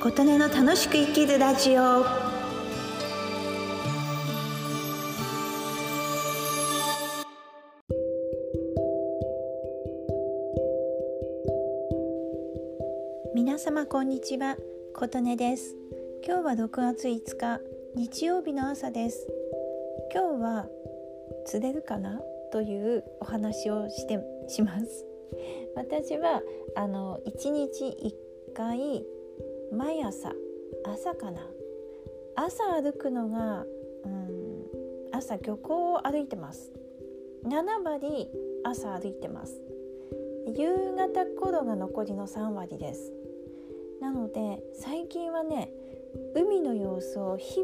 琴音の楽しく生きるラジオ。皆様こんにちは、琴音です。今日は6月5日日曜日の朝です。今日は釣れるかなというお話をします。私は1日1回毎朝かな、朝歩くのが朝漁港を歩いてます。7割朝歩いてます。夕方頃が残りの3割です。なので最近はね、海の様子を日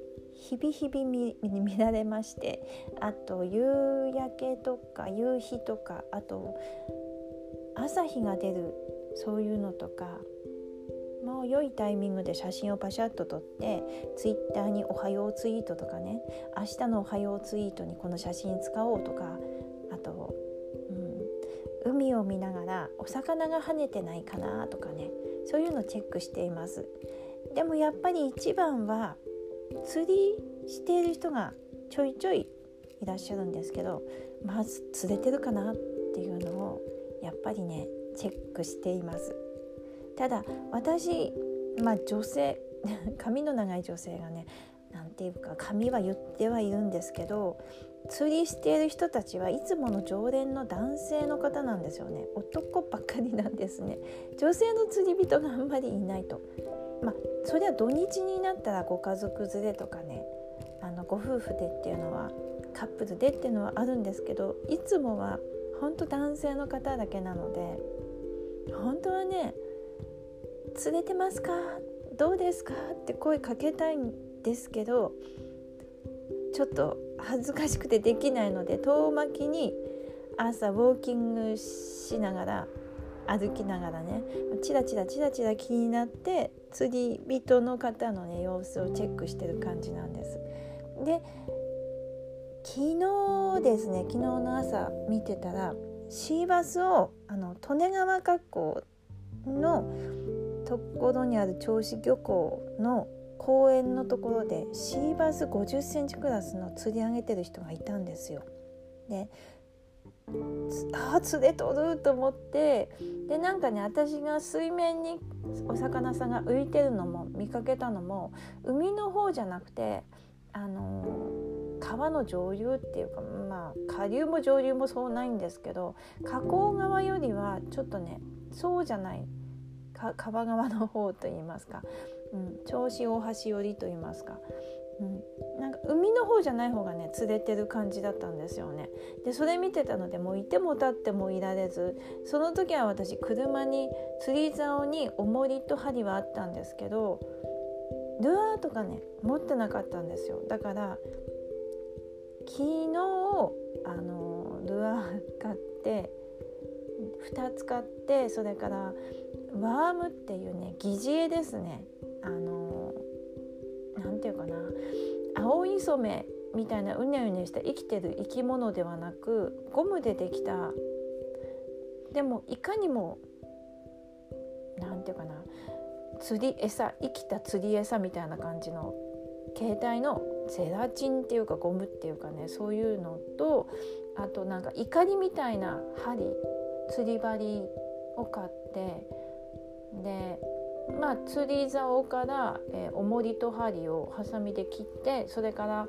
々見られまして、あと夕焼けとか夕日とか、あと朝日が出るそういうのとか、もう良いタイミングで写真をパシャッと撮ってツイッターにおはようツイートとかね、明日のおはようツイートにこの写真使おうとか、あと、海を見ながらお魚が跳ねてないかなとかね、そういうのをチェックしています。でもやっぱり一番は釣りしている人がちょいちょいいらっしゃるんですけど、まず釣れてるかなっていうのをやっぱりねチェックしています。ただ私、女性髪の長い女性がね、なんていうか髪は言ってはいるんですけど、釣りしている人たちはいつもの常連の男性の方なんですよね。男ばっかりなんですね。女性の釣り人があんまりいないと。それは土日になったらご家族連れとかね、ご夫婦でっていうのは、カップルでっていうのはあるんですけど、いつもは本当男性の方だけなので、本当はね、釣れてますか、どうですかって声かけたいんですけど、ちょっと恥ずかしくてできないので、遠巻きに朝ウォーキングしながら、歩きながらね、チラチラ気になって釣り人の方のね様子をチェックしてる感じなんです。で、昨日の朝見てたら、シーバスを利根川河口のところにある銚子漁港の公園のところでシーバス50センチクラスの釣り上げてる人がいたんですよ。で、釣れとると思って、でなんかね、私が水面にお魚さんが浮いてるのも見かけたのも、海の方じゃなくて川の上流っていうか、下流も上流もそうないんですけど、河口側よりはちょっとねそうじゃない川側の方といいますか、銚子大橋寄りといいますか、なんか海の方じゃない方がね釣れてる感じだったんですよね。でそれ見てたので、もういても立ってもいられず、その時は私車に釣り竿に重りと針はあったんですけど、ルアーとかね持ってなかったんですよ。だから昨日ルアー買って2つ買って、それからワームっていうね疑似餌ですね、なんていうかな、青い染めみたいなうねうねした生きてる生き物ではなく、ゴムでできた、でもいかにもなんていうかな、釣り餌、生きた釣り餌みたいな感じの形態のゼラチンっていうかゴムっていうかね、そういうのと、あとなんかイカリみたいな針、釣り針を買って、で釣り竿から、重りと針をハサミで切って、それから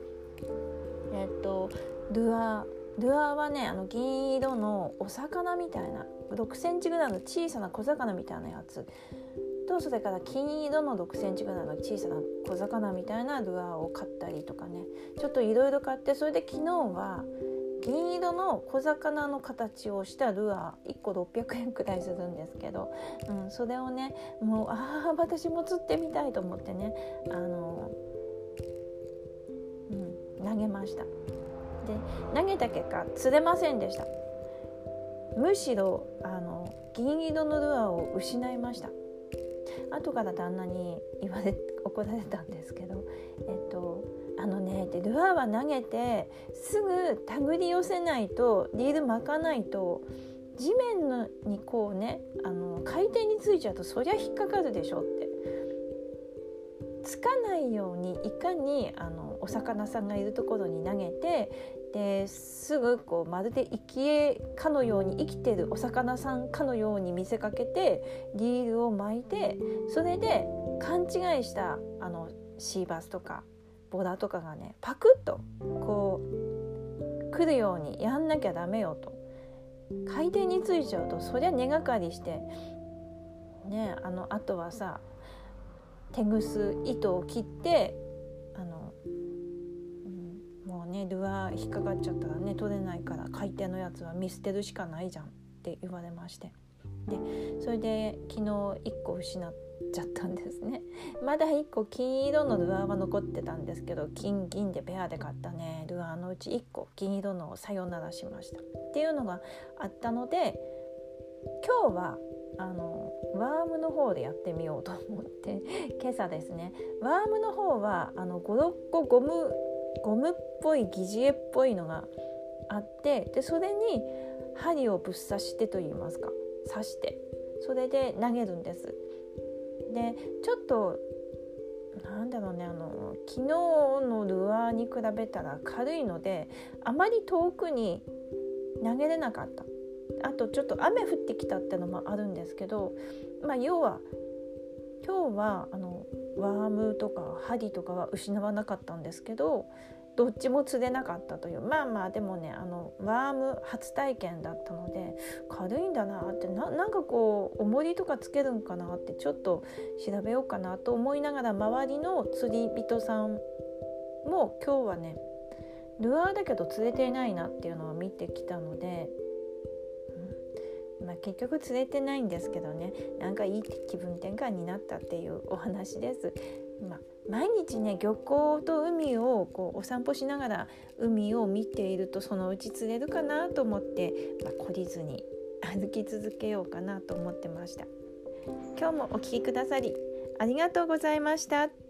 ルアーはね、銀色のお魚みたいな6センチぐらいの小さな小魚みたいなやつと、それから金色の6センチぐらいの小さな小魚みたいなルアーを買ったりとかね、ちょっといろいろ買って、それで昨日は銀色の小魚の形をしたルアー1個600円くらいするんですけど、それをね、もう私も釣ってみたいと思ってね、投げました。で投げた結果釣れませんでした。むしろ銀色のルアーを失いました。後から旦那に怒られたんですけど、ルアーは投げてすぐ手繰り寄せないと、リール巻かないと、地面にこうね回転についちゃうとそりゃ引っかかるでしょって。 つかないようにいかにお魚さんがいるところに投げて、ですぐこうまるで生き餌かのように生きてるお魚さんかのように見せかけてリールを巻いて、それで勘違いしたシーバスとかボラとかがねパクッとこう来るようにやんなきゃダメよと。海底についちゃうとそりゃ根がかりしてね、あとはさテグス糸を切ってもうねルアー引っかかっちゃったらね取れないから、海底のやつは見捨てるしかないじゃんって言われまして、でそれで昨日1個失っちゃったんですね。まだ1個金色のルアーは残ってたんですけど、金銀でペアで買ったねルアーのうち1個金色のをさよならしましたっていうのがあったので、今日はワームの方でやってみようと思って今朝ですね、ワームの方は5、6個ゴムっぽい疑似餌っぽいのがあって、でそれに針をぶっ刺してと言いますか、刺してそれで投げるんです。でちょっとなんだろうね、昨日のルアーに比べたら軽いのであまり遠くに投げれなかった。あとちょっと雨降ってきたってのもあるんですけど、要は今日はワームとか針とかは失わなかったんですけど、どっちも釣れなかったという、でもねワーム初体験だったので軽いんだなって、なんかこう重りとかつけるんかなってちょっと調べようかなと思いながら、周りの釣り人さんも今日はねルアーだけど釣れていないなっていうのを見てきたので、結局釣れてないんですけどね、なんかいい気分転換になったっていうお話です。毎日ね漁港と海をこうお散歩しながら海を見ていると、そのうち釣れるかなと思って、懲りずに歩き続けようかなと思ってました。今日もお聞きくださりありがとうございました。